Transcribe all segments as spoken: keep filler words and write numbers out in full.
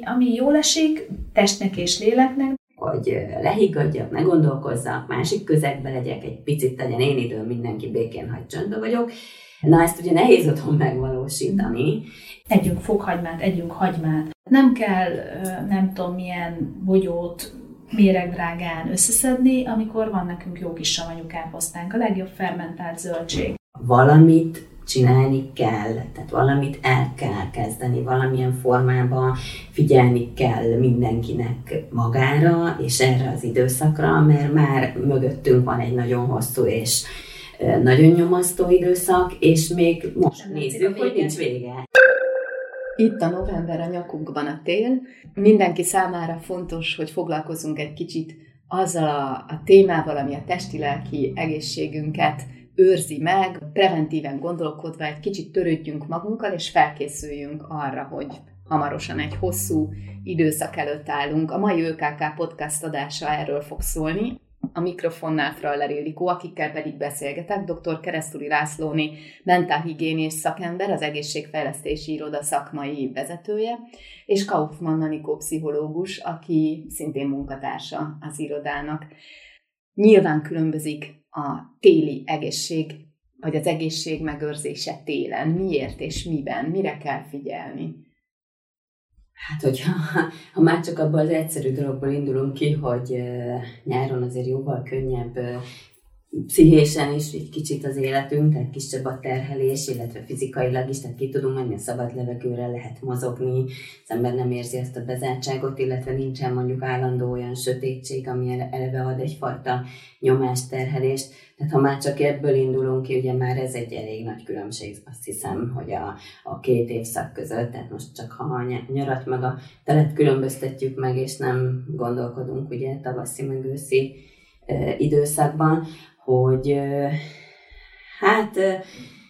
ami jól esik testnek és léleknek. Hogy lehiggadjak, ne gondolkozzak, másik közegbe legyek, egy picit legyen én időm, mindenki békén hagy, csöndbe vagyok. Na ezt ugye nehéz otthon megvalósítani. Együnk fokhagymát, együnk hagymát. Nem kell nem tudom milyen bogyót méregdrágán összeszedni, amikor van nekünk jó kis savanyú káposztánk, a legjobb fermentált zöldség. Valamit csinálni kell, tehát valamit el kell kezdeni, valamilyen formában figyelni kell mindenkinek magára és erre az időszakra, mert már mögöttünk van egy nagyon hosszú és nagyon nyomasztó időszak, és még most nem nézzük, hogy nincs vége. Itt a november, a nyakunkban a tél. Mindenki számára fontos, hogy foglalkozzunk egy kicsit azzal a, a témával, ami a testi-lelki egészségünket őrzi meg, preventíven gondolkodva egy kicsit törődjünk magunkkal, és felkészüljünk arra, hogy hamarosan egy hosszú időszak előtt állunk. A mai ÖKK podcast adása erről fog szólni. A mikrofonnál Fraller Ildikó, akikkel pedig beszélgetek, dr. Keresztúri Lászlóné, mentálhigiénés szakember, az egészségfejlesztési iroda szakmai vezetője, és Kaufmann Anikó pszichológus, aki szintén munkatársa az irodának. Nyilván különbözik a téli egészség, vagy az egészség megőrzése télen. Miért és miben? Mire kell figyelni? Hát, hogyha ha már csak abban az egyszerű dologból indulunk ki, hogy uh, nyáron azért jóval könnyebb uh, pszichésen is egy kicsit az életünk, tehát kisebb a terhelés, illetve fizikailag is, tehát ki tudunk menni a szabad levegőre, lehet mozogni, az ember nem érzi ezt a bezártságot, illetve nincsen mondjuk állandó olyan sötétség, ami eleve ad egyfajta nyomást, terhelést. Tehát ha már csak ebből indulunk ki, ugye már ez egy elég nagy különbség, azt hiszem, hogy a, a két évszak között, tehát most csak ha a nyarat meg a telet különböztetjük meg, és nem gondolkodunk ugye tavaszi meg őszi e, időszakban, hogy e, hát e,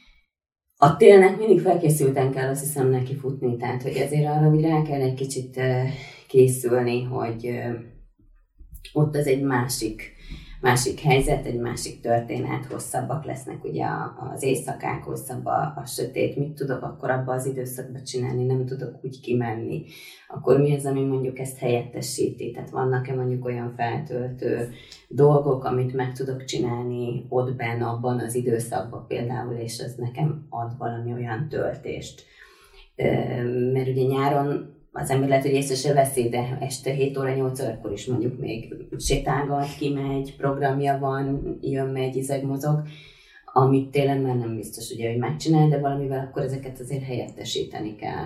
a télnek mindig felkészülten kell, azt hiszem, neki futni, tehát hogy ezért arra úgy rá kell egy kicsit e, készülni, hogy e, ott az egy másik másik helyzet, egy másik történet, hosszabbak lesznek ugye az éjszakák, hosszabb a, a sötét, mit tudok akkor abban az időszakban csinálni, nem tudok úgy kimenni. Akkor mi az, ami mondjuk ezt helyettesíti? Tehát vannak-e mondjuk olyan feltöltő dolgok, amit meg tudok csinálni ott benne, abban az időszakban például, és ez nekem ad valami olyan töltést. Mert ugye nyáron az ember lehet, hogy észre se veszi, de este hét óra, nyolc órakor is mondjuk még sétálgat, kimegy, programja van, jön, megy, izeg, mozog, amit télen már nem biztos, ugye, hogy megcsinál, de valamivel akkor ezeket azért helyettesíteni kell.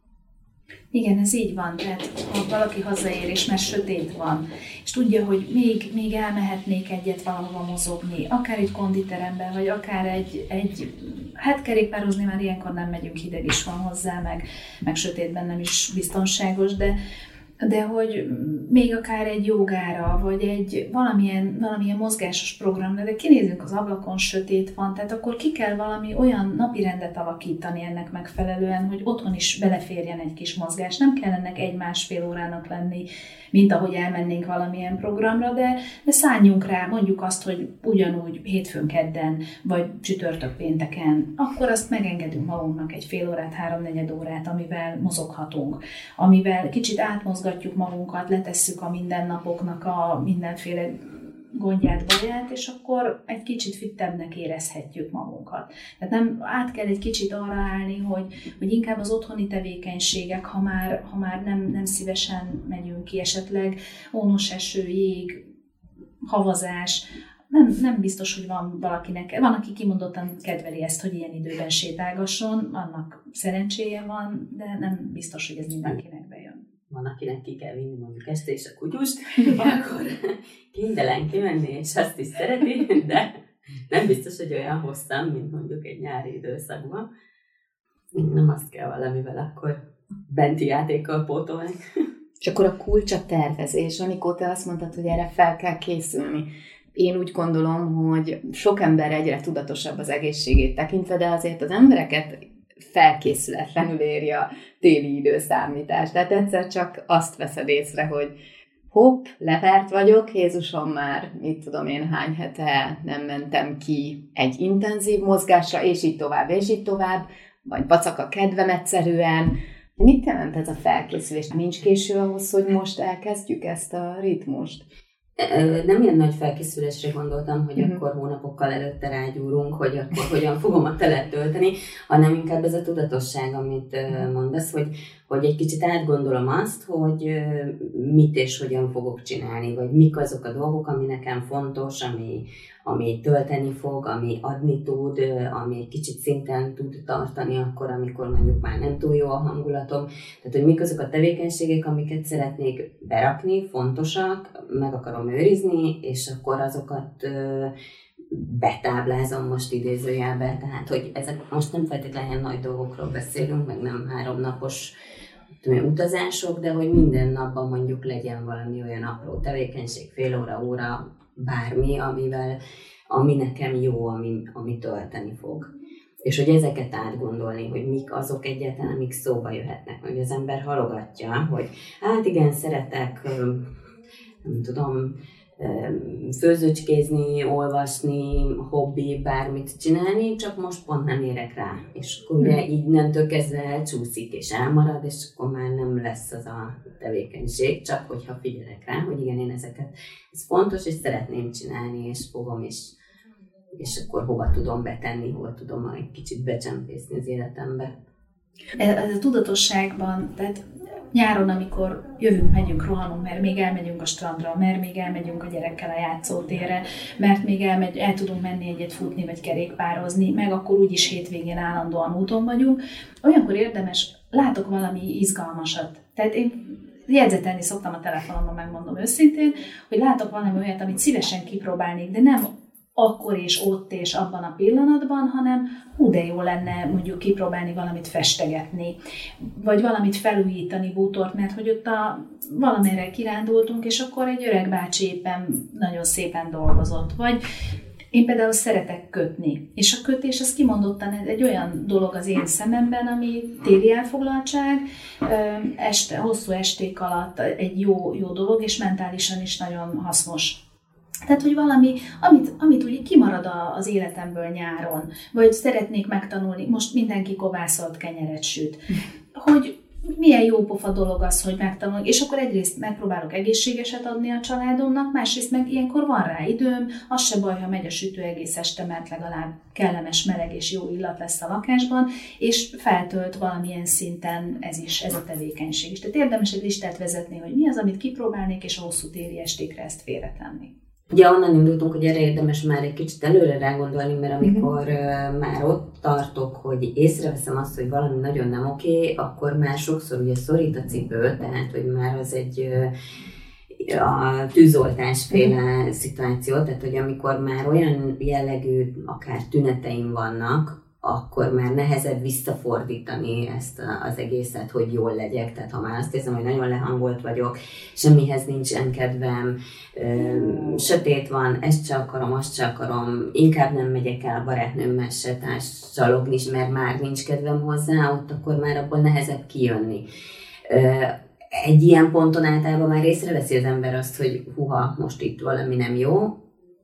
Igen, ez így van, tehát ha valaki hazaér és már sötét van, és tudja, hogy még, még elmehetnék egyet valahova mozogni, akár egy konditeremben, vagy akár egy, egy hát kerékpározni már ilyenkor nem megyünk, hideg is van hozzá, meg, meg sötétben nem is biztonságos, de, de hogy még akár egy jogára, vagy egy valamilyen, valamilyen mozgásos programra, de kinézünk az ablakon, sötét van, tehát akkor ki kell valami olyan napirendet alakítani ennek megfelelően, hogy otthon is beleférjen egy kis mozgás. Nem kell ennek egy-másfél órának lenni, mint ahogy elmennénk valamilyen programra, de, de szálljunk rá, mondjuk azt, hogy ugyanúgy hétfőn, kedden, vagy csütörtök pénteken, akkor azt megengedünk magunknak egy fél órát, háromnegyed órát, amivel mozoghatunk, amivel kicsit átmozgatjuk magunkat, letesszük a mindennapoknak a mindenféle gondját, baját, és akkor egy kicsit fittebbnek érezhetjük magunkat. Tehát nem, át kell egy kicsit arra állni, hogy, hogy inkább az otthoni tevékenységek, ha már, ha már nem, nem szívesen megyünk ki, esetleg ónos eső, jég, havazás, nem, nem biztos, hogy van valakinek, van, aki kimondottan kedveli ezt, hogy ilyen időben sétálgasson, annak szerencséje van, de nem biztos, hogy ez mindenkinek bejön. Van, akinek ki kell vinni mondjuk este és a kutyust, akkor kénytelen kimenni, és azt is szereti, de nem biztos, hogy olyan hosszan, mint mondjuk egy nyári időszakban. Nem azt kell valamivel akkor benti játékkal pótolni. És akkor a kulcs a tervezés. Anikó, te azt mondtad, hogy erre fel kell készülni. Én úgy gondolom, hogy sok ember egyre tudatosabb az egészségét tekintve, de azért az embereket felkészületlenül éri a téli időszámítás. Tehát egyszer csak azt veszed észre, hogy hopp, levert vagyok, Jézusom, már mit tudom én hány hete nem mentem ki egy intenzív mozgásra, és így tovább, és így tovább, vagy vacak a kedvem egyszerűen, Mit jelent ez a felkészülés? Nincs késő ahhoz, hogy most elkezdjük ezt a ritmust? Nem ilyen nagy felkészülésre gondoltam, hogy uh-huh. akkor hónapokkal előtte rágyúrunk, hogy akkor hogyan fogom a telet tölteni, hanem inkább ez a tudatosság, amit mondasz, hogy, hogy egy kicsit átgondolom azt, hogy mit és hogyan fogok csinálni, vagy mik azok a dolgok, ami nekem fontos, ami, ami tölteni fog, ami adni tud, ami egy kicsit szinten tud tartani akkor, amikor mondjuk már nem túl jó a hangulatom. Tehát, hogy mik azok a tevékenységek, amiket szeretnék berakni, fontosak, meg akarom őrizni, és akkor azokat betáblázom most idézőjelbe. Tehát, hogy ezek most nem feltétlenül ilyen nagy dolgokról beszélünk, meg nem háromnapos utazások, de hogy minden napban mondjuk legyen valami olyan apró tevékenység, fél óra, óra, bármi, amivel, ami nekem jó, ami, ami tölteni fog. És hogy ezeket átgondolni, hogy mik azok egyáltalán, amik szóba jöhetnek. Hogy az ember halogatja, hogy hát igen, szeretek, nem tudom, főzőcskézni, olvasni, hobbi, bármit csinálni, csak most pont nem érek rá. És akkor ugye így nemtől kezdve elcsúszik és elmarad, és akkor már nem lesz az a tevékenység, csak hogyha figyelek rá, hogy igen, én ezeket, ez fontos, és szeretném csinálni, és fogom, és, és akkor hova tudom betenni, hova tudom egy kicsit becsempészni az életembe. Ez a tudatosságban, tehát nyáron, amikor jövünk, megyünk, rohanunk, mert még elmegyünk a strandra, mert még elmegyünk a gyerekkel a játszótérre, mert még elmegy, el tudunk menni egyet futni, vagy kerékpározni, meg akkor úgyis hétvégén állandóan úton vagyunk. Olyankor érdemes, látok valami izgalmasat. Tehát én jegyzetelni szoktam a telefonomban, megmondom őszintén, hogy látok valami olyat, amit szívesen kipróbálnék, de nem akkor és ott és abban a pillanatban, hanem hú, de jó lenne mondjuk kipróbálni valamit festegetni, vagy valamit felújítani, bútort, mert hogy ott a, valamerre kirándultunk, és akkor egy öreg bácsi éppen nagyon szépen dolgozott. Vagy én például szeretek kötni, és a kötés az kimondottan egy olyan dolog az én szememben, ami téli elfoglaltság, este, hosszú esték alatt egy jó, jó dolog, és mentálisan is nagyon hasznos. Tehát, hogy valami, amit, amit ugye kimarad az életemből nyáron, vagy szeretnék megtanulni, most mindenki kovászolt kenyeret süt, hogy milyen jó pofa dolog az, hogy megtanulok, és akkor egyrészt megpróbálok egészségeset adni a családomnak, másrészt meg ilyenkor van rá időm, az se baj, ha megy a sütő egész este, mert legalább kellemes, meleg és jó illat lesz a lakásban, és feltölt valamilyen szinten ez is, ez a tevékenység is. Tehát érdemes egy listát vezetni, hogy mi az, amit kipróbálnék, és a hosszú téli estékre ezt félretenni. Ugye onnan indultunk, hogy erre érdemes már egy kicsit előre rágondolni, mert amikor uh, már ott tartok, hogy észreveszem azt, hogy valami nagyon nem oké, akkor már sokszor ugye szorít a cipő, tehát hogy már az egy uh, a tűzoltásféle uh-huh. szituáció, tehát hogy amikor már olyan jellegű akár tüneteim vannak, akkor már nehezebb visszafordítani ezt az egészet, hogy jól legyek. Tehát ha már azt érzem, hogy nagyon lehangolt vagyok, semmihez nincsen kedvem, ö, sötét van, ezt se akarom, azt se akarom, inkább nem megyek el a barátnőmmel se társalogni, mert már nincs kedvem hozzá, ott akkor már abból nehezebb kijönni. Ö, egy ilyen ponton általában már észreveszi az ember azt, hogy huha, most itt valami nem jó,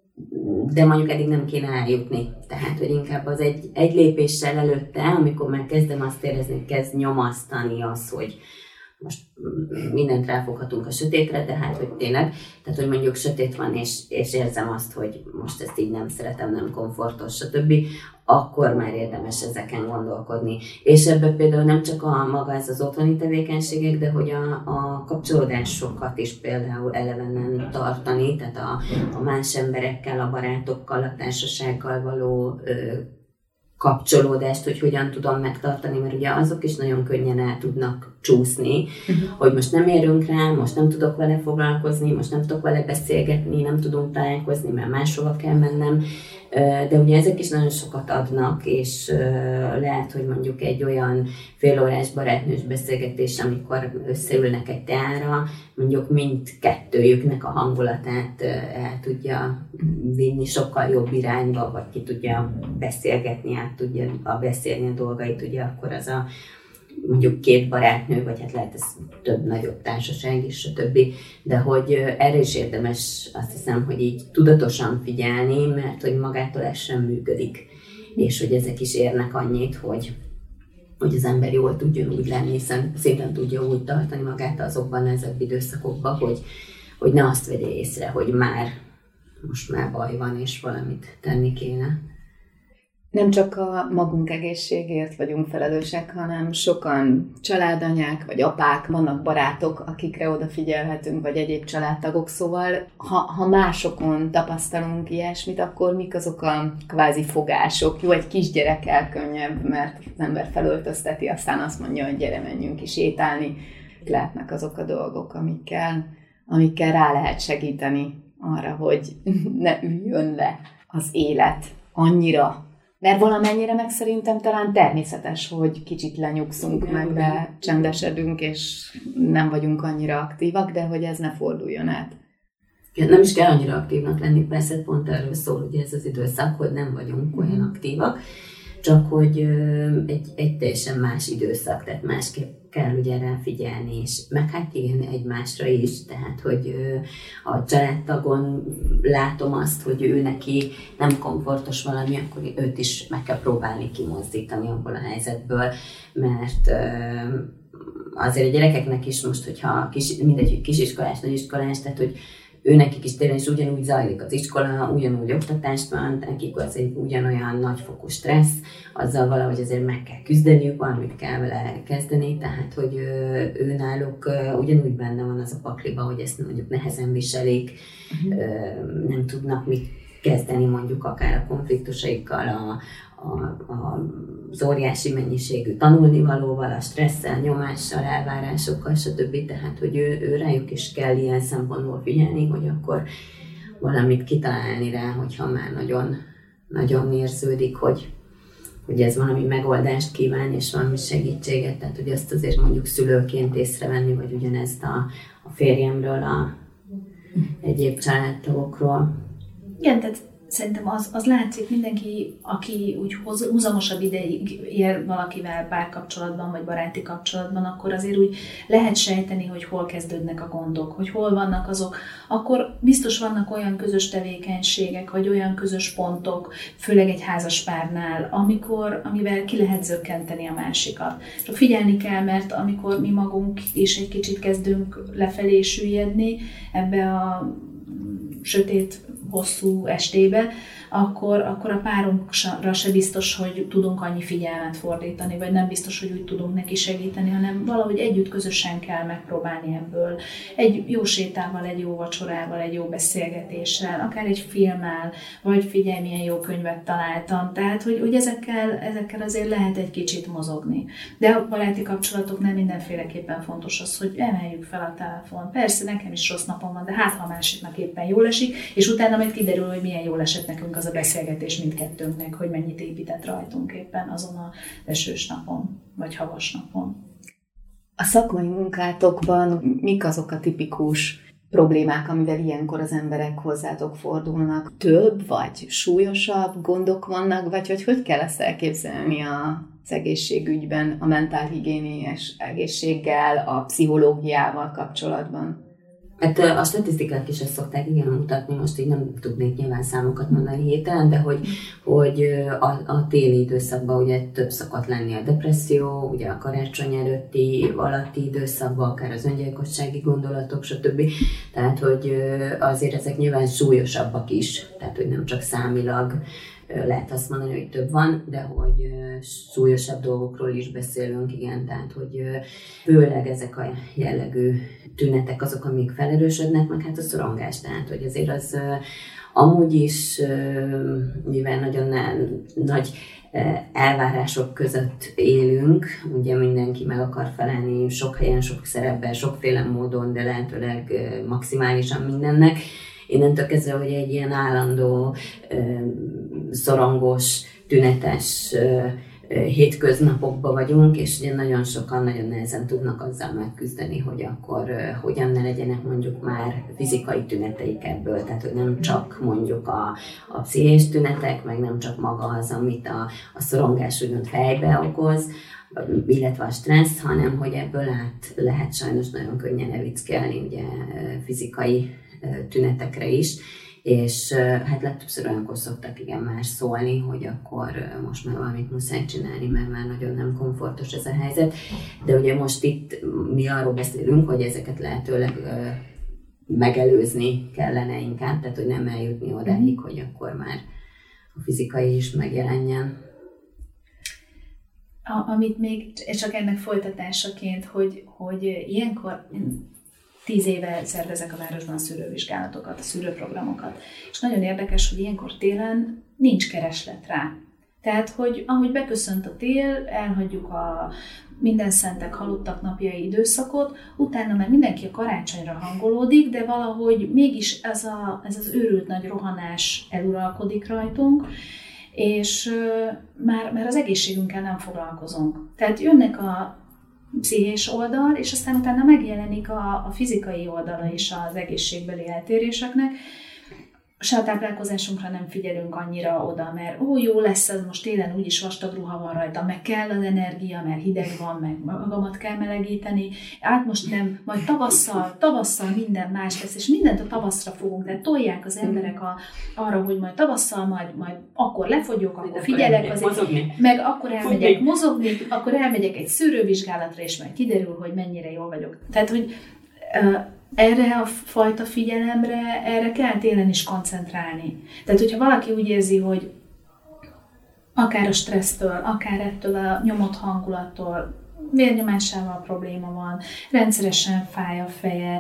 de mondjuk eddig nem kéne eljutni. Tehát, hogy inkább az egy, egy lépéssel előtte, amikor már kezdem azt érezni, hogy kezd nyomasztani az, hogy most mindent ráfoghatunk a sötétre, de hát, hogy tényleg, tehát, hogy mondjuk sötét van, és, és érzem azt, hogy most ezt így nem szeretem, nem komfortos, stb., akkor már érdemes ezeken gondolkodni. És ebben például nem csak a maga ez az otthoni tevékenységek, de hogy a, a kapcsolódásokat is például elevenen tartani, tehát a, a más emberekkel, a barátokkal, a társasággal való ö, kapcsolódást, hogy hogyan tudom megtartani, mert ugye azok is nagyon könnyen el tudnak csúszni, uh-huh. hogy most nem érünk rá, most nem tudok vele foglalkozni, most nem tudok vele beszélgetni, nem tudunk találkozni, mert máshova kell mennem. De ugye ezek is nagyon sokat adnak, és lehet, hogy mondjuk egy olyan félórás barátnős beszélgetés, amikor összeülnek egy teára, mondjuk mindkettőjüknek a hangulatát el tudja vinni sokkal jobb irányba, vagy ki tudja beszélgetni, át tudja beszélni a dolgait, ugye akkor az a mondjuk két barátnő, vagy hát lehet ez több nagyobb társaság is, stb. De hogy erre is érdemes, azt hiszem, hogy így tudatosan figyelni, mert hogy magától ez sem működik. És hogy ezek is érnek annyit, hogy, hogy az ember jól tudjon úgy lenni, hiszen szépen tudja úgy tartani magát azokban a nehezebb időszakokban, hogy, hogy ne azt vegye észre, hogy már most már baj van, és valamit tenni kéne. Nem csak a magunk egészségért vagyunk felelősek, hanem sokan családanyák vagy apák, vannak barátok, akikre odafigyelhetünk, vagy egyéb családtagok, szóval ha, ha másokon tapasztalunk ilyesmit, akkor mik azok a kvázi fogások? Jó, egy kisgyerekkel könnyebb, mert az ember felöltözteti, aztán azt mondja, hogy gyere, menjünk ki sétálni. Lehetnek azok a dolgok, amikkel, amikkel rá lehet segíteni arra, hogy ne üljön le az élet annyira. Mert valamennyire meg szerintem talán természetes, hogy kicsit lenyugszunk, igen, meg lecsendesedünk, és nem vagyunk annyira aktívak, de hogy ez ne forduljon át. Nem is kell annyira aktívnak lenni, persze pont erről szól, hogy ez az időszak, hogy nem vagyunk olyan aktívak, csak hogy egy, egy teljesen más időszak, tehát másképp kell ugye rá figyelni, és meg hát igen, egymásra is, tehát hogy a családtagon látom azt, hogy ő neki nem komfortos valami, akkor őt is meg kell próbálni kimozdítani abból a helyzetből, mert azért a gyerekeknek is most, hogyha kis, mindegy, hogy kisiskolás, nagyiskolás, tehát hogy ő nekik is tényleg is ugyanúgy zajlik az iskola, ugyanúgy oktatást van, nekik azért ugyanolyan nagyfokú stressz, azzal valahogy azért meg kell küzdeniük, valamit kell vele kezdeni, tehát hogy ő náluk ugyanúgy benne van az a pakliba, hogy ezt mondjuk nehezen viselik, uh-huh. nem tudnak mit kezdeni mondjuk akár a konfliktusaikkal, a, a, a, az óriási mennyiségű tanulnivalóval, a stresszel, nyomással, elvárásokkal, stb. Tehát, hogy ő, ő rájuk is kell ilyen szempontból figyelni, hogy akkor valamit kitalálni rá, hogyha már nagyon, nagyon érződik, hogy, hogy ez valami megoldást kíván, és valami segítséget, tehát hogy ezt azért mondjuk szülőként észrevenni, vagy ugyanezt a, a férjemről, a egyéb családtagokról. Igen, tehát szerintem az, az látszik mindenki, aki úgy húzamosabb ideig él valakivel párkapcsolatban, vagy baráti kapcsolatban, akkor azért úgy lehet sejteni, hogy hol kezdődnek a gondok, hogy hol vannak azok. Akkor biztos vannak olyan közös tevékenységek, vagy olyan közös pontok, főleg egy házas párnál, amikor, amivel ki lehet zökkenteni a másikat. Csak figyelni kell, mert amikor mi magunk is egy kicsit kezdünk lefelé süllyedni ebbe a sötét, hosszú estébe, akkor, akkor a párunkra se biztos, hogy tudunk annyi figyelmet fordítani, vagy nem biztos, hogy úgy tudunk neki segíteni, hanem valahogy együtt közösen kell megpróbálni ebből. Egy jó sétával, egy jó vacsorával, egy jó beszélgetéssel, akár egy filmmel, vagy figyelj, milyen jó könyvet találtam. Tehát, hogy, hogy ezekkel, ezekkel azért lehet egy kicsit mozogni. De a baráti kapcsolatoknál mindenféleképpen fontos az, hogy emeljük fel a telefon. Persze, nekem is rossz napom van, de hát ha a másiknak éppen jól esik, és utána majd kiderül, hogy milyen jól esett nekünk az a beszélgetés mindkettőnknek, hogy mennyit épített rajtunk éppen azon a esős napon, vagy havas napon. A szakmai munkátokban mik azok a tipikus problémák, amivel ilyenkor az emberek hozzátok fordulnak? Több vagy súlyosabb gondok vannak, vagy hogy hogy kell ezt elképzelni az egészségügyben, a mentálhigiéniás egészséggel, a pszichológiával kapcsolatban? Hát a statisztikák is ezt szokták igen mutatni, most így nem tudnék nyilván számokat mondani hirtelen, de hogy, hogy a, a téli időszakban ugye több szokott lenni a depresszió, ugye a karácsony előtti, alatti időszakban, akár az öngyilkossági gondolatok, stb. Tehát, hogy azért ezek nyilván súlyosabbak is, tehát, hogy nem csak számilag lehet azt mondani, hogy több van, de hogy súlyosabb dolgokról is beszélünk, igen, tehát hogy főleg ezek a jellegű tünetek azok, amik felerősödnek, meg hát a szorongás, tehát hogy azért az amúgy is, mivel nagyon nagy elvárások között élünk, ugye mindenki meg akar felelni sok helyen, sok szerepben, sokféle módon, de lehetőleg maximálisan mindennek. Innentől kezdve, hogy egy ilyen állandó, szorongós, tünetes hétköznapokban vagyunk, és ugye nagyon sokan nagyon nehezen tudnak azzal megküzdeni, hogy akkor hogyan ne legyenek mondjuk már fizikai tüneteik ebből, tehát hogy nem csak mondjuk a, a pszichés tünetek, meg nem csak maga az, amit a, a szorongás úgymond fejbe okoz, illetve a stressz, hanem hogy ebből át lehet sajnos nagyon könnyen evickelni ugye fizikai tünetekre is, és hát legtöbbször olyankor szoktak igen már szólni, hogy akkor most már valamit muszáj csinálni, mert már nagyon nem komfortos ez a helyzet. De ugye most itt mi arról beszélünk, hogy ezeket lehetőleg megelőzni kellene inkább, tehát hogy nem eljutni odáig, hogy akkor már a fizikai is megjelenjen. A, amit még, és csak ennek folytatásaként, hogy, hogy ilyenkor tíz éve szervezek a városban a szűrővizsgálatokat, a szűrőprogramokat, és nagyon érdekes, hogy ilyenkor télen nincs kereslet rá. Tehát, hogy ahogy beköszönt a tél, elhagyjuk a minden szentek halottak napjai időszakot, utána már mindenki a karácsonyra hangolódik, de valahogy mégis ez, a, ez az őrült nagy rohanás eluralkodik rajtunk, és már, már az egészségünkkel nem foglalkozunk. Tehát jönnek a pszichés oldal, és aztán utána megjelenik a, a fizikai oldala is az egészségbeli eltéréseknek. Se a táplálkozásunkra nem figyelünk annyira oda, mert ó, jó lesz ez, most télen úgyis vastag ruha van rajta, meg kell az energia, mert hideg van, meg magamat kell melegíteni. Hát most nem, majd tavasszal, tavasszal minden más lesz, és mindent a tavaszra fogunk, de tolják az emberek a, arra, hogy majd tavasszal, majd, majd akkor lefogyok, akkor figyelek, azért, meg akkor elmegyek Fogni. mozogni, akkor elmegyek egy szűrővizsgálatra, és majd kiderül, hogy mennyire jól vagyok. Tehát, hogy erre a fajta figyelemre, erre kell télen is koncentrálni. Tehát, hogyha valaki úgy érzi, hogy akár a stressztől, akár ettől a nyomott hangulattól, vérnyomásával probléma van, rendszeresen fáj a feje,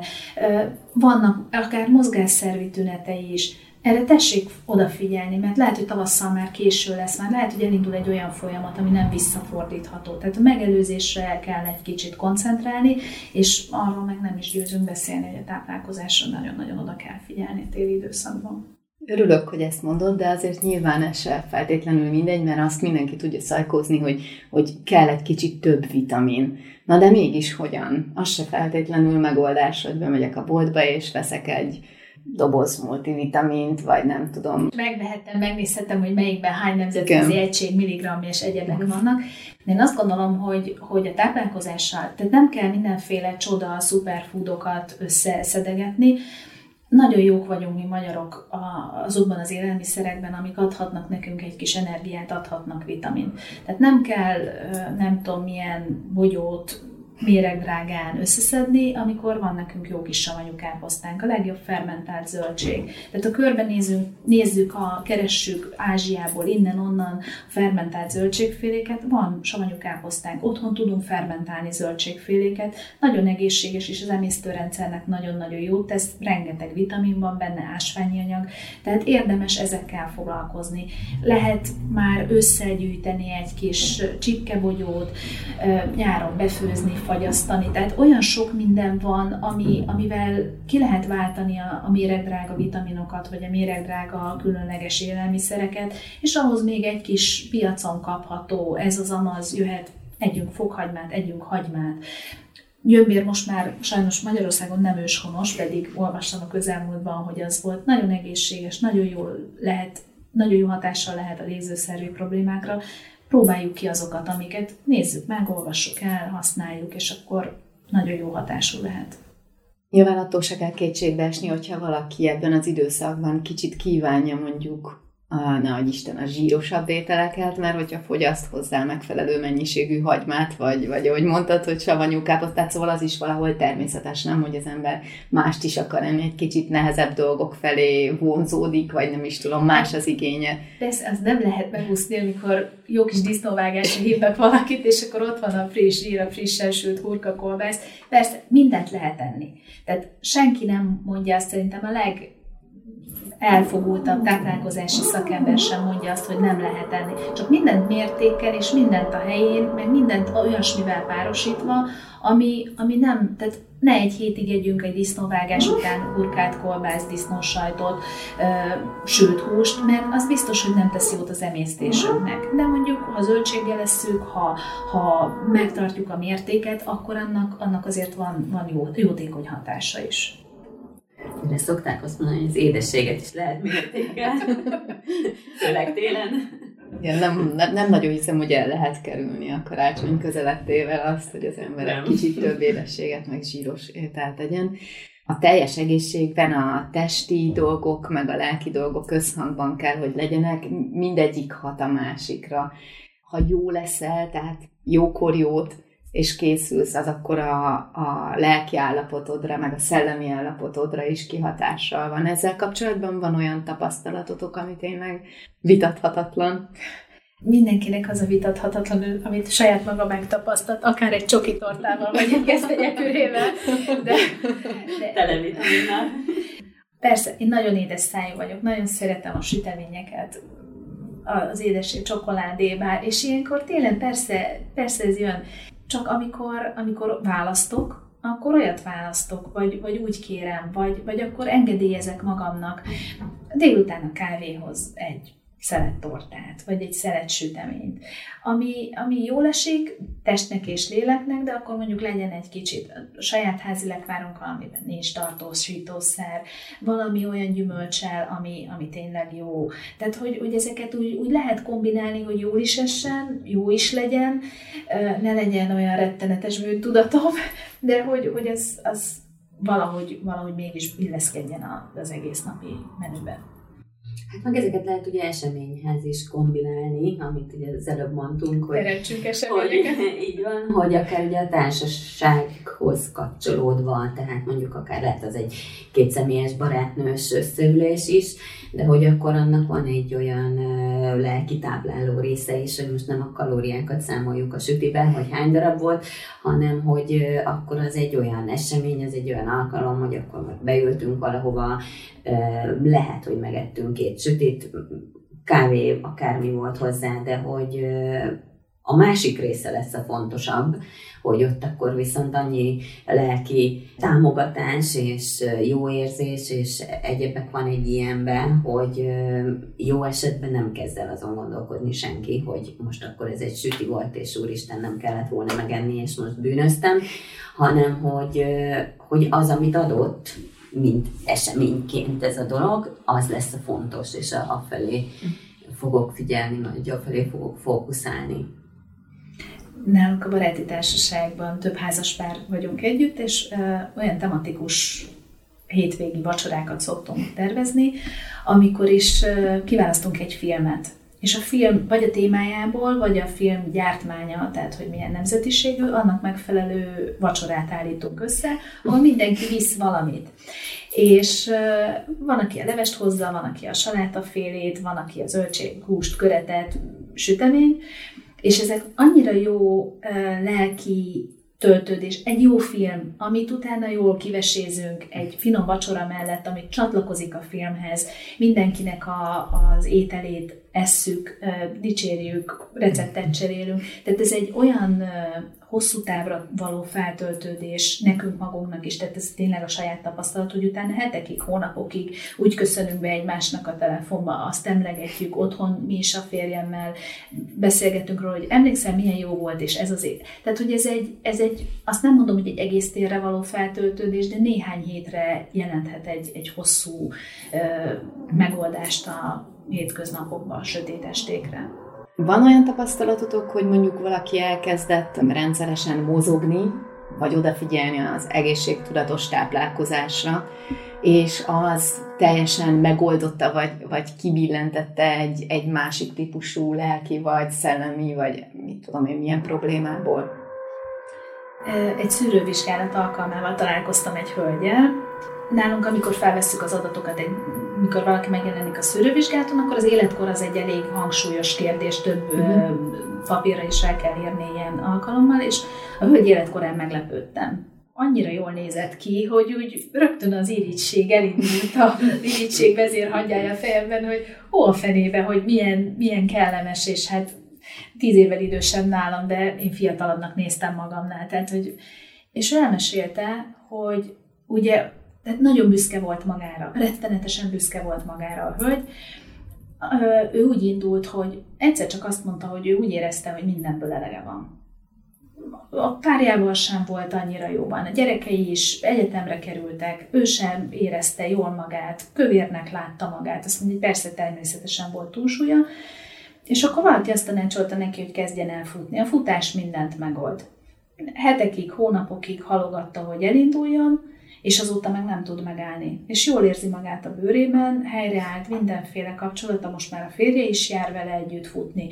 vannak akár mozgásszervi tünetei is, erre tessék odafigyelni, mert lehet, hogy tavasszal már késő lesz, már lehet, hogy elindul egy olyan folyamat, ami nem visszafordítható. Tehát a megelőzésre kell egy kicsit koncentrálni, és arról meg nem is győzünk beszélni, hogy a táplálkozásra nagyon-nagyon oda kell figyelni a téli időszakban. Örülök, hogy ezt mondod, de azért nyilván ez se feltétlenül mindegy, mert azt mindenki tudja szajkózni, hogy, hogy kell egy kicsit több vitamin. Na de mégis hogyan? Az se feltétlenül megoldás, hogy bemegyek a boltba és veszek egy doboz multivitamint, vagy nem tudom. Megvehettem, megnézhetem, hogy melyikben hány nemzetközi Igen. egység, milligramm és egyebek vannak. Én azt gondolom, hogy, hogy a táplálkozással, tehát nem kell mindenféle csoda, szuperfoodokat összeszedegetni. Nagyon jók vagyunk mi magyarok azokban az élelmiszerekben, amik adhatnak nekünk egy kis energiát, adhatnak vitamint. Tehát nem kell, nem tudom milyen bogyót, méregdrágán összeszedni, amikor van nekünk jó kis savanyú káposztánk, a legjobb fermentált zöldség. Tehát ha körbenézünk, nézzük, a, keressük Ázsiából, innen-onnan fermentált zöldségféléket, van savanyú káposztánk, otthon tudunk fermentálni zöldségféléket, nagyon egészséges, és az emésztőrendszernek nagyon-nagyon jó tesz, rengeteg vitamin van benne, ásványi anyag, tehát érdemes ezekkel foglalkozni. Lehet már összegyűjteni egy kis csipkebogyót, nyáron befőzni, fagyasztani. Tehát olyan sok minden van, ami, amivel ki lehet váltani a, a méregdrága vitaminokat, vagy a méregdrága különleges élelmiszereket, és ahhoz még egy kis piacon kapható, ez az amaz, jöhet, együnk fokhagymát, együnk hagymát. Gyömbér most már sajnos Magyarországon nem őshonos, pedig olvastam a közelmúltban, hogy az volt nagyon egészséges, nagyon jól lehet, nagyon jó hatással lehet a légzőszervi problémákra. Próbáljuk ki azokat, amiket nézzük meg, olvassuk el, használjuk, és akkor nagyon jó hatású lehet. Nyilván attól se kell kétségbe esni, hogyha valaki ebben az időszakban kicsit kívánja mondjuk, a, nehogy Isten, a zsírosabb ételeket, mert hogyha fogyaszt hozzá megfelelő mennyiségű hagymát, vagy, vagy ahogy mondtad, hogy savanyú káposztát, szóval az is valahol természetes, nem, hogy az ember mást is akar enni, egy kicsit nehezebb dolgok felé vonzódik, vagy nem is tudom, más az igénye. Persze, az nem lehet megúszni, amikor jó kis disznóvágásra hívnak valakit, és akkor ott van a friss zsír, a frissen sült hurkakolbász. Persze, mindent lehet enni. Tehát senki nem mondja azt, szerintem a leg elfogultabb táplálkozási szakember sem mondja azt, hogy nem lehet enni. Csak mindent mértékkel, és mindent a helyén, meg mindent olyasmivel párosítva, ami, ami nem, tehát ne egy hétig együnk egy disznóvágás után hurkát, kolbász, disznósajtot, sült húst, mert az biztos, hogy nem teszi jót az emésztésünknek. De mondjuk, ha zöldséggel esszük, ha, ha megtartjuk a mértéket, akkor annak, annak azért van, van jó, jótékony hatása is. De szokták azt mondani, hogy az édességet is lehet mértékkel, főleg télen. Igen, nem, nem, nem nagyon hiszem, hogy el lehet kerülni a karácsony közelettével azt, hogy az ember egy kicsit több édességet, meg zsíros ételt tegyen. a teljes egészségben a testi dolgok, meg a lelki dolgok összhangban kell, hogy legyenek, mindegyik hat a másikra. Ha jó leszel, tehát jókor jót, és készülsz, az akkor a, a lelki állapotodra, meg a szellemi állapotodra is kihatással van. Ezzel kapcsolatban van olyan tapasztalatotok, ami tényleg vitathatatlan? Mindenkinek az a vitathatatlan, amit saját maga megtapasztalt, akár egy csoki tortával, vagy egy gesztenyepürével, de... de televitaminnal. Persze, én nagyon édes szájú vagyok, nagyon szeretem a süteményeket, az édesség, csokoládé, bár, és ilyenkor tényleg persze, persze ez jön. Csak amikor, amikor választok, akkor olyat választok, vagy, vagy úgy kérem, vagy, vagy akkor engedélyezek magamnak délután a kávéhoz egy szelet tortát, vagy egy szelet süteményt, ami, ami jól esik testnek és léleknek, de akkor mondjuk legyen egy kicsit a saját házi lekvárunk, amiben nincs tartósítószer, valami olyan gyümölcsel, ami, ami tényleg jó. Tehát, hogy, hogy ezeket úgy, úgy lehet kombinálni, hogy jól is essen, jó is legyen, ne legyen olyan rettenetes bűntudatom, de hogy, hogy az, az valahogy, valahogy mégis illeszkedjen az egész napi menüben. Hát meg ezeket lehet ugye eseményhez is kombinálni, amit ugye az előbb mondtunk, hogy, hogy így van, hogy akár ugye a társasághoz kapcsolódva, tehát mondjuk akár lehet az egy kétszemélyes barátnős összeülés is, de hogy akkor annak van egy olyan uh, lelki tápláló része is, hogy most nem a kalóriákat számoljuk a sütiben, hogy hány darab volt, hanem hogy uh, akkor az egy olyan esemény, az egy olyan alkalom, hogy akkor majd beültünk valahova, uh, lehet, hogy megettünk két sütit, kávé, akármi volt hozzá, de hogy uh, a másik része lesz a fontosabb, hogy ott akkor viszont annyi lelki támogatás és jó érzés, és egyebek van egy ilyenben, hogy jó esetben nem kezd el azon gondolkodni senki, hogy most akkor ez egy süti volt, és úristen, nem kellett volna megenni, és most bűnöztem, hanem hogy, hogy az, amit adott, mint eseményként ez a dolog, az lesz a fontos, és a, a felé fogok figyelni, vagy a felé fogok fókuszálni. Nálunk a baráti társaságban több házas pár vagyunk együtt, és ö, olyan tematikus hétvégi vacsorákat szoktunk tervezni, amikor is ö, kiválasztunk egy filmet. És a film vagy a témájából, vagy a film gyártmánya, tehát hogy milyen nemzetiségű, annak megfelelő vacsorát állítunk össze, ahol mindenki visz valamit. És uh, van, aki a levest hozza, van, aki a salátafélét, van, aki a zöldség, húst, köretet, sütemény, és ezek annyira jó uh, lelki töltődés, egy jó film, amit utána jól kivesézünk, egy finom vacsora mellett, amit csatlakozik a filmhez, mindenkinek a, az ételét esszük, uh, dicsérjük, receptet cserélünk. Tehát ez egy olyan uh, hosszú távra való feltöltődés nekünk magunknak is, tehát ez tényleg a saját tapasztalat, hogy utána hetekig, hónapokig úgy köszönünk be egymásnak a telefonba, azt emlegetjük otthon, mi is a férjemmel, beszélgetünk róla, hogy emlékszel, milyen jó volt, és ez azért. Tehát, hogy ez egy, ez egy, azt nem mondom, hogy egy egész térre való feltöltődés, de néhány hétre jelenthet egy, egy hosszú ö, megoldást a hétköznapokban, a sötét estékre. Van olyan tapasztalatotok, hogy mondjuk valaki elkezdett rendszeresen mozogni, vagy odafigyelni az egészségtudatos táplálkozásra, és az teljesen megoldotta, vagy, vagy kibillentette egy, egy másik típusú lelki, vagy szellemi, vagy mit tudom én, milyen problémából? Egy szűrővizsgálat alkalmával találkoztam egy hölgyel. Nálunk, amikor felvesszük az adatokat, egy, mikor valaki megjelenik a szűrővizsgálaton, akkor az életkor az egy elég hangsúlyos kérdés, több uh-huh. papírra is el kell írni ilyen alkalommal, és a hölgy életkorán meglepődtem. Annyira jól nézett ki, hogy úgy rögtön az irigység elindult, az irigység vezérhangjája a fejemben, hogy hol a fenébe, hogy milyen, milyen kellemes, és hát tíz évvel idősebb nálam, de én fiatalabbnak néztem magamnál. Tehát, hogy, és ő elmesélte, hogy ugye tehát nagyon büszke volt magára, rettenetesen büszke volt magára a hölgy. Ő úgy indult, hogy egyszer csak azt mondta, hogy ő úgy érezte, hogy mindenből elege van. A párjával sem volt annyira jóban, a gyerekei is egyetemre kerültek, ő sem érezte jól magát, kövérnek látta magát, azt mondja, hogy persze természetesen volt túlsúlya, és akkor valaki azt tanácsolta neki, hogy kezdjen el futni. A futás mindent megold. Hetekig, hónapokig halogatta, hogy elinduljon, és azóta meg nem tud megállni. És jól érzi magát a bőrében, helyreállt mindenféle kapcsolata, most már a férje is jár vele együtt futni.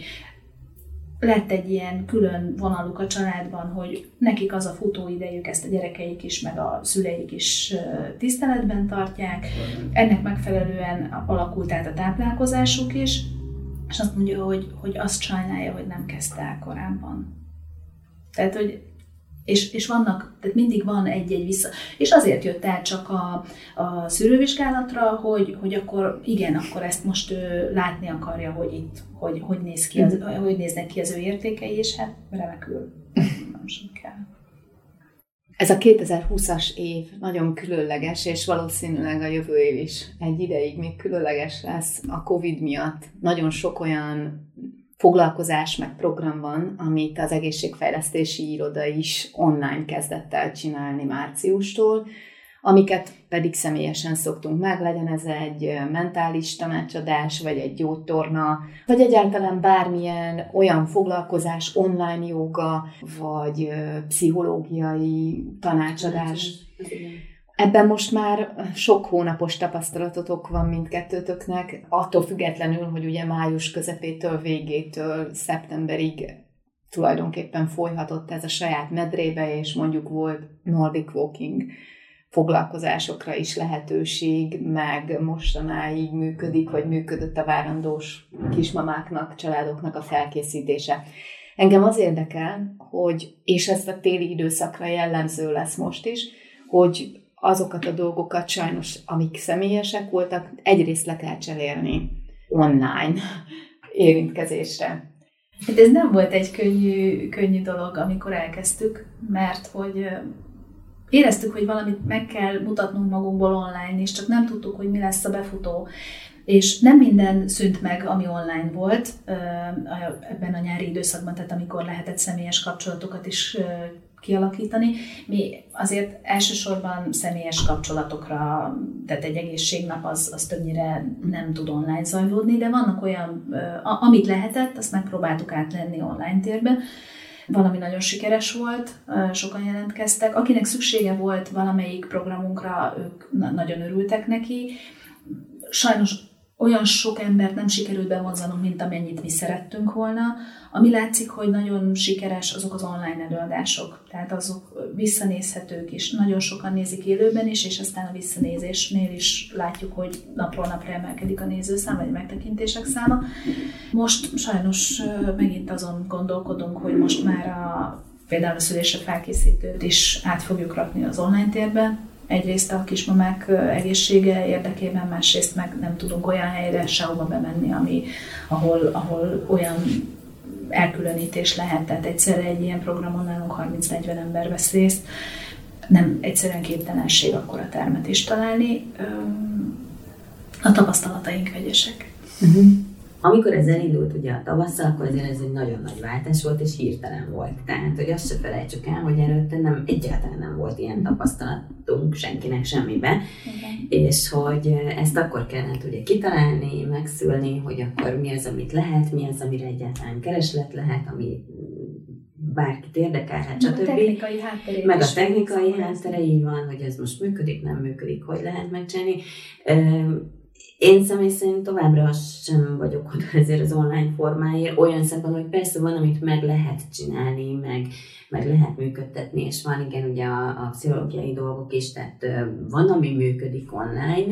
Lett egy ilyen külön vonaluk a családban, hogy nekik az a futóidejük, ezt a gyerekeik is, meg a szüleik is tiszteletben tartják. Ennek megfelelően alakult át a táplálkozásuk is, és azt mondja, hogy, hogy azt sajnálja, hogy nem kezdte el korábban. Tehát, hogy És, és vannak, tehát mindig van egy-egy vissza. És azért jött el csak a, a szűrővizsgálatra, hogy, hogy akkor igen, akkor ezt most ő látni akarja, hogy itt, hogy, hogy, néz ki az, hogy néznek ki az ő értékei, és hát remekül nem sem kell. Ez a kétezer-húszas év nagyon különleges, és valószínűleg a jövő év is egy ideig még különleges lesz a Covid miatt. Nagyon sok olyan foglalkozás meg program van, amit az egészségfejlesztési iroda is online kezdett el csinálni márciustól, amiket pedig személyesen szoktunk meg, legyen ez egy mentális tanácsadás, vagy egy gyógytorna, vagy egyáltalán bármilyen olyan foglalkozás, online jóga, vagy pszichológiai tanácsadás. Ebben most már sok hónapos tapasztalatotok van mindkettőtöknek, attól függetlenül, hogy ugye május közepétől, végétől, szeptemberig tulajdonképpen folyhatott ez a saját medrébe, és mondjuk volt Nordic Walking foglalkozásokra is lehetőség, meg mostanáig működik, vagy működött a várandós kismamáknak, családoknak a felkészítése. Engem az érdekel, hogy, és ez a téli időszakra jellemző lesz most is, hogy azokat a dolgokat sajnos, amik személyesek voltak, egyrészt le kell cserélni online érintkezésre. Hát ez nem volt egy könnyű, könnyű dolog, amikor elkezdtük, mert hogy éreztük, hogy valamit meg kell mutatnunk magunkból online, és csak nem tudtuk, hogy mi lesz a befutó. És nem minden szűnt meg, ami online volt ebben a nyári időszakban, tehát amikor lehetett személyes kapcsolatokat is kialakítani. Mi azért elsősorban személyes kapcsolatokra, tehát egy egészségnap az, az többnyire nem tud online zajlódni, de vannak olyan, amit lehetett, azt megpróbáltuk átlenni online térbe. Valami nagyon sikeres volt, sokan jelentkeztek. Akinek szüksége volt valamelyik programunkra, ők nagyon örültek neki. Sajnos olyan sok embert nem sikerült bevonzanunk, mint amennyit mi szerettünk volna. Ami látszik, hogy nagyon sikeres, azok az online előadások. Tehát azok visszanézhetők is. Nagyon sokan nézik élőben is, és aztán a visszanézésnél is látjuk, hogy napról napra emelkedik a nézőszám, vagy megtekintések száma. Most sajnos megint azon gondolkodunk, hogy most már a, például a szülésre felkészítőt is át fogjuk rakni az online térbe. Egyrészt a kismamák egészsége érdekében, másrészt meg nem tudunk olyan helyre sehova bemenni, ami, ahol, ahol olyan elkülönítés lehet. Tehát egyszerre egy ilyen programon nálunk harminc-negyven ember vesz részt, nem egyszerűen képtelenség akkor a termet is találni. A tapasztalataink vegyesek. Uh-huh. Amikor ez elindult ugye a tavasszal, akkor azért ez egy nagyon nagy váltás volt, és hirtelen volt. Tehát, hogy azt se felejtsük el, hogy előtte nem, egyáltalán nem volt ilyen tapasztalatunk senkinek semmiben, okay. És hogy ezt akkor kellett ugye kitalálni, megszülni, hogy akkor mi az, amit lehet, mi az, amire egyáltalán kereslet lehet, ami bárkit érdekelhet, stb. A technikai háttere. Meg a technikai háttere, így van, hogy ez most működik, nem működik, hogy lehet megcsinálni. Én személy szerint továbbra sem vagyok oda ezért az online formáért, olyan szempontból, hogy persze van, amit meg lehet csinálni, meg, meg lehet működtetni, és van igen ugye a, a pszichológiai dolgok is, tehát van, ami működik online,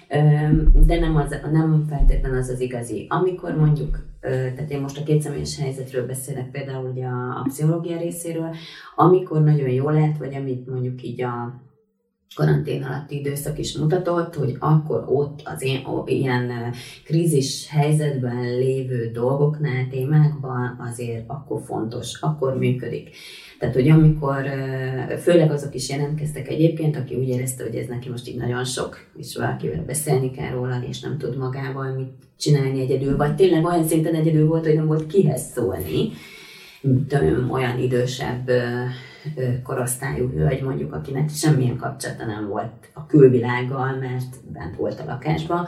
de nem, az, nem feltétlenül az az igazi. Amikor mondjuk, tehát én most a kétszemélyes helyzetről beszélek, például ugye a, a pszichológia részéről, amikor nagyon jó lehet, vagy amit mondjuk így a karantén alatti időszak is mutatott, hogy akkor ott az én, ilyen krízis helyzetben lévő dolgoknál, témákban azért akkor fontos, akkor működik. Tehát, hogy amikor, főleg azok is jelentkeztek egyébként, aki úgy érezte, hogy ez neki most így nagyon sok, és valakivel beszélni kell róla, és nem tud magával mit csinálni egyedül, vagy tényleg olyan szinten egyedül volt, hogy nem volt kihez szólni, tudom, olyan idősebb korosztályú hölgy, mondjuk, akinek semmilyen kapcsolata nem volt a külvilággal, mert bent volt a lakásban.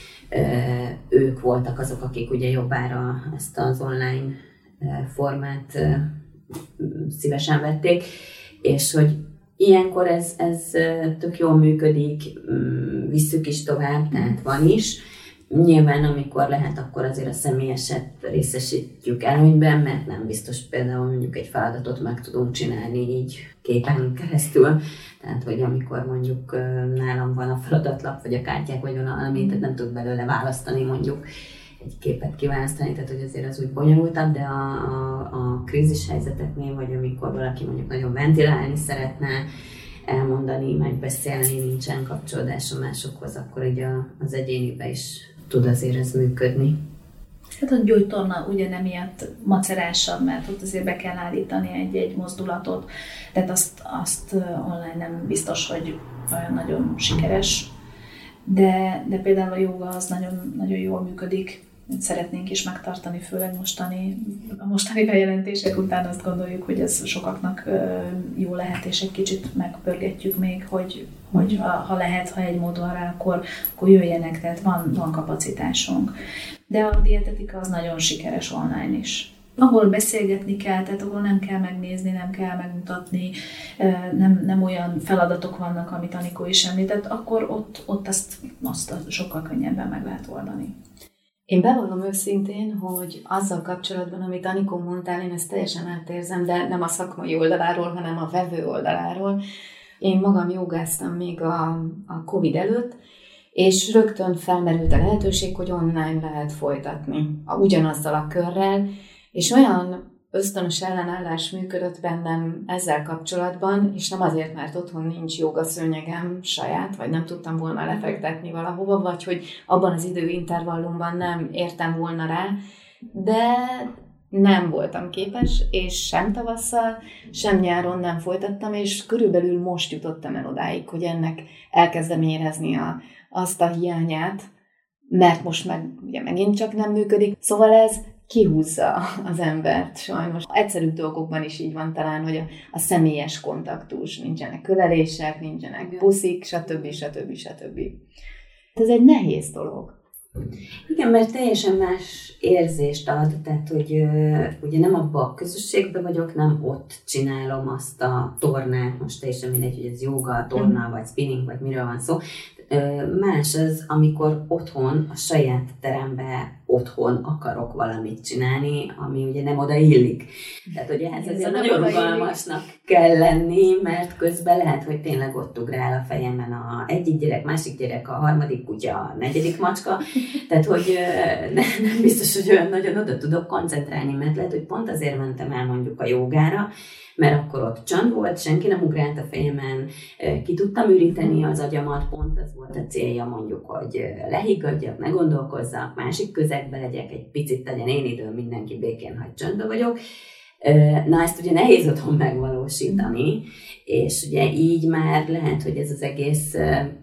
Ők voltak azok, akik ugye jobbára ezt az online formát szívesen vették, és hogy ilyenkor ez, ez tök jól működik, visszük is tovább, tehát van is. Nyilván, amikor lehet, akkor azért a személyeset részesítjük előnyben, mert nem biztos például mondjuk egy feladatot meg tudunk csinálni így képen keresztül. Tehát, hogy amikor mondjuk nálam van a feladatlap, vagy a kártyák, vagy valami, tehát nem tud belőle választani mondjuk egy képet kiválasztani, tehát hogy azért az úgy bonyolultabb, de a, a, a krízis helyzeteknél, vagy amikor valaki mondjuk nagyon ventilálni szeretne, elmondani, megbeszélni, nincsen kapcsolódása másokhoz, akkor így a, az egyénibe is tud azért ez működni. Hát a gyógytorna ugye emiatt macerásabb, mert ott azért be kell állítani egy-egy mozdulatot, tehát azt, azt online nem biztos, hogy olyan nagyon sikeres, de, de például a jóga az nagyon, nagyon jól működik. Szeretnénk is megtartani, főleg mostani, a mostani bejelentések után azt gondoljuk, hogy ez sokaknak jó lehet, és egy kicsit megpörgetjük még, hogy, hogy ha, ha lehet, ha egy mód van rá, akkor, akkor jöjjenek, tehát van, van kapacitásunk. De a dietetika az nagyon sikeres online is. Ahol beszélgetni kell, tehát ahol nem kell megnézni, nem kell megmutatni, nem, nem olyan feladatok vannak, amit Anikó is említett, akkor ott, ott azt, azt sokkal könnyebben meg lehet oldani. Én bevallom őszintén, hogy azzal kapcsolatban, amit Anikó mondtál, én ezt teljesen átérzem, de nem a szakmai oldaláról, hanem a vevő oldaláról. Én magam jogáztam még a, a Covid előtt, és rögtön felmerült a lehetőség, hogy online lehet folytatni ugyanazzal a körrel, és olyan ösztönös ellenállás működött bennem ezzel kapcsolatban, és nem azért, mert otthon nincs jogaszőnyegem saját, vagy nem tudtam volna lefektetni valahova, vagy hogy abban az időintervallumban nem értem volna rá, de nem voltam képes, és sem tavasszal, sem nyáron nem folytattam, és körülbelül most jutottam el odáig, hogy ennek elkezdem érezni a, azt a hiányát, mert most meg ugye megint csak nem működik. Szóval ez kihúzza az embert sajnos. Egyszerűbb dolgokban is így van talán, hogy a, a személyes kontaktus, nincsenek kölelések, nincsenek buszik, stb. stb. stb. Ez egy nehéz dolog. Igen, mert teljesen más érzést ad, tehát hogy ugye nem abban a közösségben vagyok, nem ott csinálom azt a tornát, most teljesen mindegy, hogy ez jóga, torna, vagy spinning, vagy miről van szó. Más az, amikor otthon, a saját teremben otthon akarok valamit csinálni, ami ugye nem oda illik. Tehát ugye ez azért nagyon rugalmasnak kell lenni, mert közben lehet, hogy tényleg ott ugrál a fejemen a egyik gyerek, másik gyerek, a harmadik kutya, a negyedik macska. Tehát, hogy nem biztos, hogy olyan nagyon oda tudok koncentrálni, mert lehet, hogy pont azért mentem el mondjuk a jogára, mert akkor ott csend volt, senki nem ugrált a fejemen, ki tudtam üríteni az agyamat, pont ez volt a célja mondjuk, hogy lehiggadjak, ne gondolkozzak, másik közegbe legyek, egy picit legyen én időm, mindenki békén, hogy csöndbe vagyok. Na ezt ugye nehéz otthon megvalósítani, és ugye így már lehet, hogy ez az egész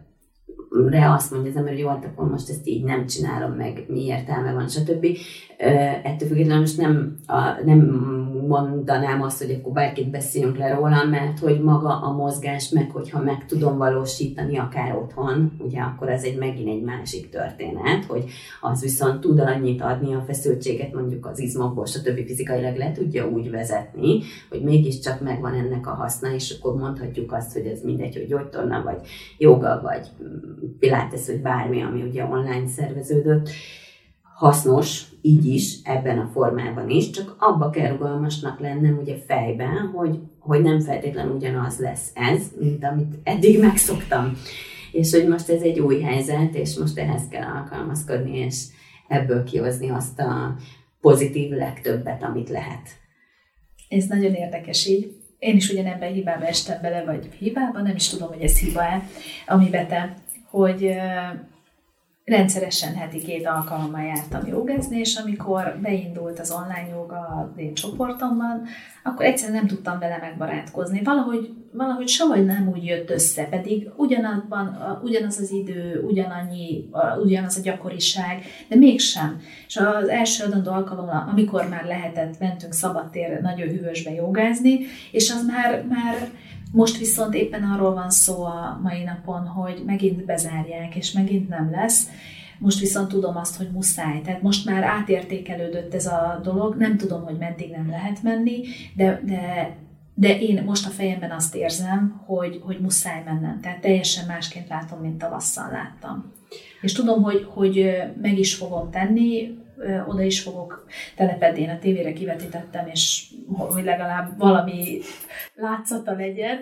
re azt mondja az ember, hogy jó, akkor most ezt így nem csinálom meg, mi értelme van, stb. Ettől függetlenül most nem, a, nem mondanám azt, hogy akkor bárkit beszéljünk le róla, mert hogy maga a mozgás, meg hogyha meg tudom valósítani akár otthon, ugye akkor ez egy megint egy másik történet, hogy az viszont tud annyit adni a feszültséget mondjuk az izmokból, stb. Fizikailag le tudja úgy vezetni, hogy mégiscsak megvan ennek a haszna, és akkor mondhatjuk azt, hogy ez mindegy, hogy gyógytorna, vagy joga, vagy pilates, vagy bármi, ami ugye online szerveződött, hasznos, így is, ebben a formában is, csak abba kell rugalmasnak lennem ugye fejben, hogy, hogy nem feltétlenül ugyanaz lesz ez, mint amit eddig megszoktam. És hogy most ez egy új helyzet, és most ehhez kell alkalmazkodni, és ebből kihozni azt a pozitív legtöbbet, amit lehet. Ez nagyon érdekes így. Én is ugyanebben hibába estem bele, vagy hibába, nem is tudom, hogy ez hiba-e, amiben te, hogy rendszeresen heti két alkalommal jártam jogázni, és amikor beindult az online joga az én csoportomban, akkor egyszerűen nem tudtam vele megbarátkozni. Valahogy, valahogy soha nem úgy jött össze, pedig ugyanazban, ugyanaz az idő, ugyanannyi, ugyanaz a gyakoriság, de mégsem. És az első adandó alkalommal, amikor már lehetett, mentünk szabadtérre nagyon hűvösbe jogázni, és az már, már most viszont éppen arról van szó a mai napon, hogy megint bezárják, és megint nem lesz. Most viszont tudom azt, hogy muszáj. Tehát most már átértékelődött ez a dolog. Nem tudom, hogy meddig nem lehet menni, de, de de én most a fejemben azt érzem, hogy, hogy muszáj mennem. Tehát teljesen másként látom, mint tavasszal láttam. És tudom, hogy, hogy meg is fogom tenni, oda is fogok telepedni, én a tévére kivetítettem, és hogy legalább valami látszata legyen.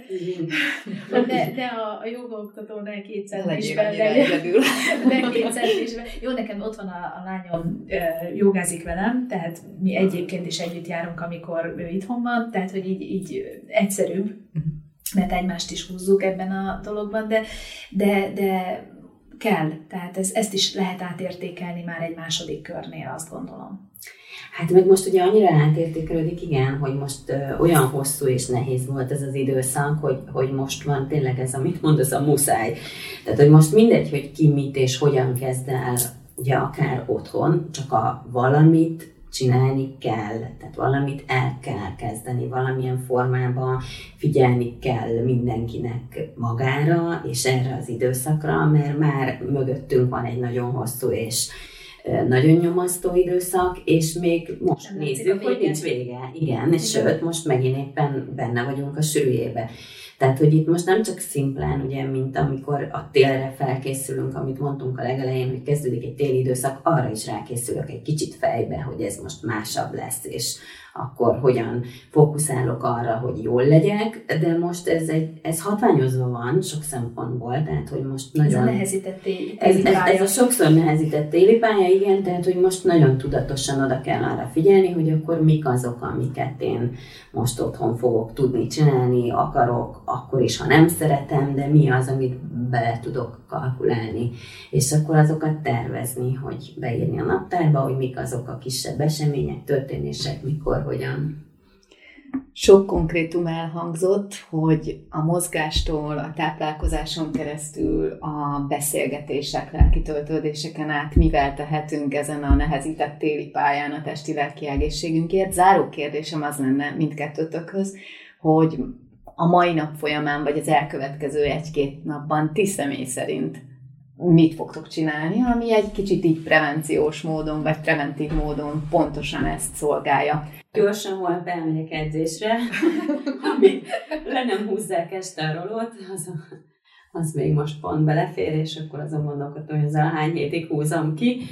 De, de a, a jogaoktató ne két centisben legyen. Ne két centisben. Jó, nekem ott van a, a lányom, jogázik velem, tehát mi egyébként is együtt járunk, amikor ő itthon van, tehát hogy így, így egyszerűbb, mert egymást is húzzuk ebben a dologban, de, de, de kell, tehát ez, ezt is lehet átértékelni már egy második körnél, azt gondolom. Hát meg most ugye annyira átértékelődik, igen, hogy most ö, olyan hosszú és nehéz volt ez az időszak, hogy, hogy most van tényleg ez, amit mondasz, a muszáj. Tehát, hogy most mindegy, hogy ki mit és hogyan kezd el, ugye akár otthon, csak a valamit csinálni kell, tehát valamit el kell kezdeni, valamilyen formában figyelni kell mindenkinek magára és erre az időszakra, mert már mögöttünk van egy nagyon hosszú és nagyon nyomasztó időszak, és még most nem nézzük, hogy nincs vége. Igen, és sőt, most megint éppen benne vagyunk a sűrűjébe. Tehát, hogy itt most nem csak szimplán, ugye, mint amikor a télre felkészülünk, amit mondtunk a legelején, hogy kezdődik egy téli időszak, arra is rákészülök egy kicsit fejbe, hogy ez most másabb lesz, és akkor hogyan fókuszálok arra, hogy jól legyek, de most ez, egy, ez hatványozva van sok szempontból, tehát, hogy most nagyon... Ez a nehezített téli ez, ez, ez a sokszor nehezített téli pálya, igen, tehát, hogy most nagyon tudatosan oda kell arra figyelni, hogy akkor mik azok, amiket én most otthon fogok tudni csinálni, akarok, akkor is, ha nem szeretem, de mi az, amit bele tudok kalkulálni, és akkor azokat tervezni, hogy beírni a naptárba, hogy mik azok a kisebb események, történések, mikor, hogyan. Sok konkrétum elhangzott, hogy a mozgástól, a táplálkozáson keresztül, a beszélgetések, lelki töltődéseken át mivel tehetünk ezen a nehezített téli pályán a testi-lelki egészségünkért. Záró kérdésem az lenne mindkettőtökhöz, hogy a mai nap folyamán, vagy az elkövetkező egy-két napban ti személy szerint mit fogtok csinálni, ami egy kicsit így prevenciós módon, vagy preventív módon pontosan ezt szolgálja. Gyorsan holnap elmegyek edzésre, amíg le nem húzzák este a rolót, az, az még most pont belefér, és akkor azon gondolkodom, hogy az a hány hétig húzom ki.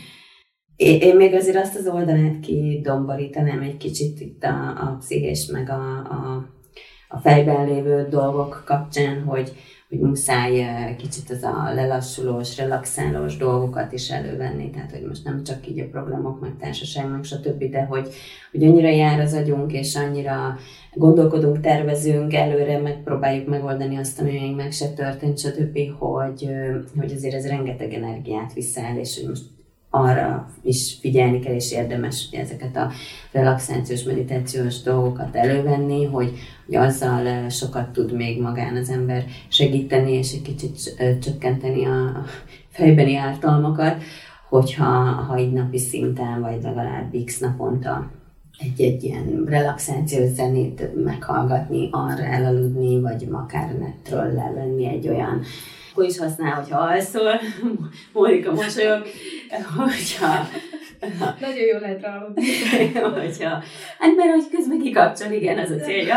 Én, én még azért azt az oldalát kidomborítanám egy kicsit itt a, a pszichés, meg a, a, a fejben lévő dolgok kapcsán, hogy hogy muszáj kicsit az a lelassulós, relaxálós dolgokat is elővenni, tehát hogy most nem csak így a programok, meg társaság, meg stb., de hogy, hogy annyira jár az agyunk, és annyira gondolkodunk, tervezünk, előre megpróbáljuk megoldani azt, ami még meg se történt, stb., hogy, hogy azért ez rengeteg energiát viszel, és hogy most arra is figyelni kell, és érdemes ezeket a relaxációs, meditációs dolgokat elővenni, hogy, hogy azzal sokat tud még magán az ember segíteni, és egy kicsit csökkenteni a fejbeni ártalmakat, hogyha ha így napi szinten, vagy legalább x naponta egy-egy ilyen relaxációs zenét meghallgatni, arra elaludni, vagy akár netről levenni egy olyan, akkor is használ, hogyha alszol, Mónika mosolyog, hogyha... Nagyon jól lehet rá aludni. hogyha, hát mert hogy közben kikapcsol, igen, az a célja.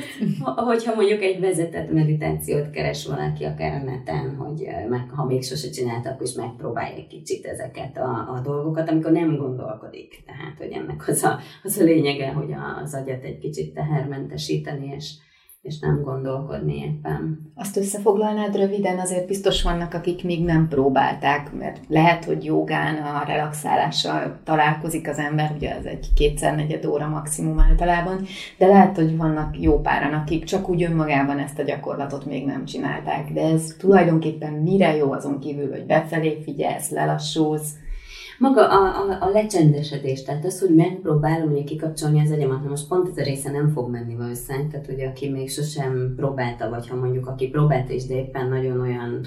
Hogyha mondjuk egy vezetett meditációt keres valaki akár a neten, hogy meg, ha még sose csinálta, akkor is megpróbálja egy kicsit ezeket a, a dolgokat, amikor nem gondolkodik. Tehát, hogy ennek az a, az a lényege, hogy az agyat egy kicsit tehermentesíteni, és és nem gondolkodni éppen. Azt összefoglalnád röviden, azért biztos vannak, akik még nem próbálták, mert lehet, hogy jogán a relaxálással találkozik az ember, ugye ez egy kétszer negyed óra maximum általában, de lehet, hogy vannak jó páran, akik csak úgy önmagában ezt a gyakorlatot még nem csinálták, de ez tulajdonképpen mire jó azon kívül, hogy befelé figyelsz, lelassulsz? Maga a, a, a lecsendesedés, tehát az, hogy megpróbálom ugye kikapcsolni az agyamat, na most pont ez a része nem fog menni valószínűleg, tehát ugye aki még sosem próbálta, vagy ha mondjuk aki próbálta is, de éppen nagyon olyan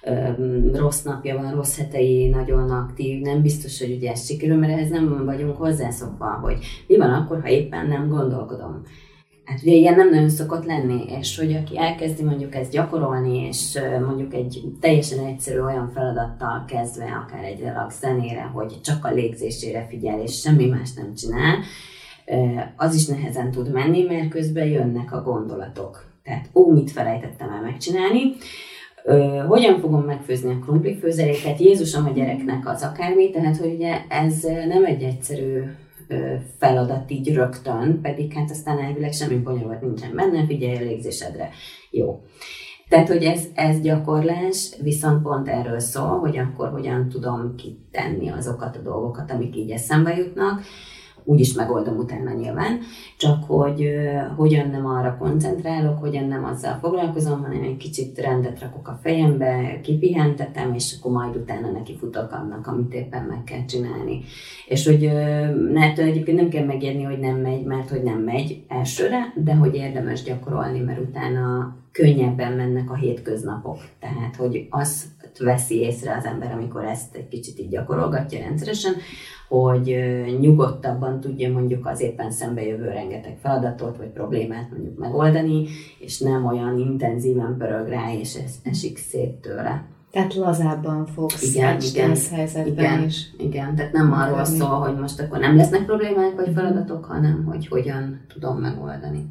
öm, rossz napja van, rossz hetei, nagyon aktív, nem biztos, hogy ugye ez sikerül, mert ehhez nem vagyunk hozzászokva, hogy mi van akkor, ha éppen nem gondolkodom. Hát ugye ilyen nem nagyon szokott lenni, és hogy aki elkezdi mondjuk ezt gyakorolni, és mondjuk egy teljesen egyszerű olyan feladattal kezdve, akár egy relax zenére, hogy csak a légzésére figyel, és semmi más nem csinál, az is nehezen tud menni, mert közben jönnek a gondolatok. Tehát, ó, mit felejtettem el megcsinálni, hogyan fogom megfőzni a krumplifőzeléket, Jézusom a gyereknek az akármi, tehát, hogy ugye ez nem egy egyszerű feladat így rögtön, pedig hát aztán elvileg semmi bonyolult nincsen benne, figyelj a légzésedre. Jó. Tehát, hogy ez, ez gyakorlás, viszont pont erről szól, hogy akkor hogyan tudom kitenni azokat a dolgokat, amik így eszembe jutnak. Úgyis megoldom utána nyilván, csak hogy uh, hogyan nem arra koncentrálok, hogyan nem azzal foglalkozom, hanem egy kicsit rendet rakok a fejembe, kipihentetem, és akkor majd utána neki futok annak, amit éppen meg kell csinálni. És hogy uh, ne, egyébként nem kell megijedni, hogy nem megy, mert hogy nem megy elsőre, de hogy érdemes gyakorolni, mert utána könnyebben mennek a hétköznapok. Tehát, hogy azt veszi észre az ember, amikor ezt egy kicsit így gyakorolgatja rendszeresen, hogy nyugodtabban tudja mondjuk az éppen szembejövő rengeteg feladatot, vagy problémát mondjuk megoldani, és nem olyan intenzíven pörög rá, és ez esik szét tőle. Tehát lazábban fogsz igen, egy igen, helyzetben igen, is. Igen, tehát nem arról szól, hogy most akkor nem lesznek problémák vagy feladatok, hanem hogy hogyan tudom megoldani.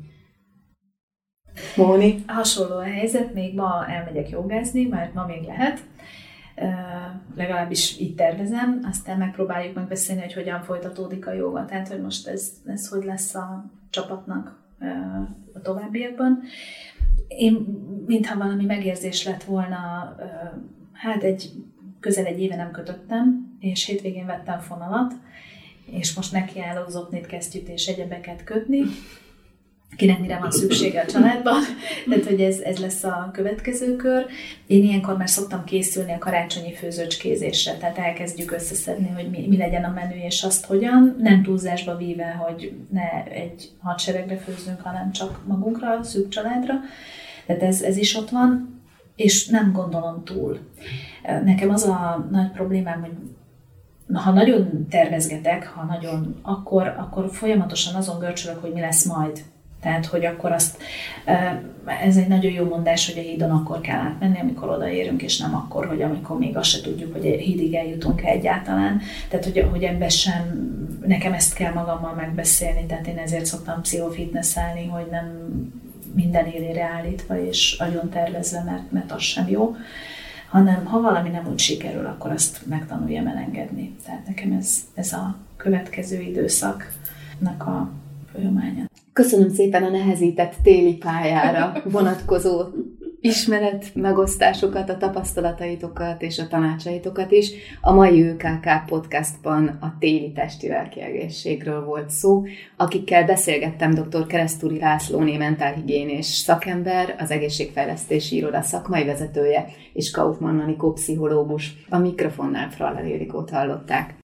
Móni? Hasonló a helyzet, még ma elmegyek jogázni, mert ma még lehet. Uh, legalábbis így tervezem, aztán megpróbáljuk megbeszélni, hogy hogyan folytatódik a jóga, tehát hogy most ez, ez hogy lesz a csapatnak uh, a továbbiakban. Én, mintha valami megérzés lett volna, uh, hát egy közel egy éve nem kötöttem, és hétvégén vettem fonalat, és most nekiállok zoknit, kesztyűt és egyebeket kötni, kinek mire van szüksége a családban, tehát hogy ez, ez lesz a következő kör. Én ilyenkor már szoktam készülni a karácsonyi főzőcskézésre, tehát elkezdjük összeszedni, hogy mi, mi legyen a menü és azt hogyan, nem túlzásba víve, hogy ne egy hadseregre főzzünk, hanem csak magunkra, szűk családra. Tehát ez, ez is ott van, és nem gondolom túl. Nekem az a nagy problémám, hogy ha nagyon tervezgetek, ha nagyon, akkor, akkor folyamatosan azon görcsölök, hogy mi lesz majd. Tehát, hogy akkor azt, ez egy nagyon jó mondás, hogy a hídon akkor kell átmenni, amikor odaérünk, és nem akkor, hogy amikor még azt se tudjuk, hogy hídig eljutunk egyáltalán. Tehát, hogy, hogy ebben sem, nekem ezt kell magammal megbeszélni, tehát én ezért szoktam pszichofitnesselni, hogy nem minden élére állítva és agyon tervezve, mert, mert az sem jó, hanem ha valami nem úgy sikerül, akkor azt megtanuljam elengedni. Tehát nekem ez, ez a következő időszaknak a folyamánya. Köszönöm szépen a nehezített téli pályára vonatkozó ismeret megosztásokat, a tapasztalataitokat és a tanácsaitokat is. A mai Ö K K podcastban a téli testi-lelki egészségről volt szó. Akikkel beszélgettem, dr. Keresztúri Lászlóné mentálhigiénés szakember, az egészségfejlesztési iroda szakmai vezetője, és Kaufmann Anikó pszichológus. A mikrofonnál Fraller Ildikót hallották.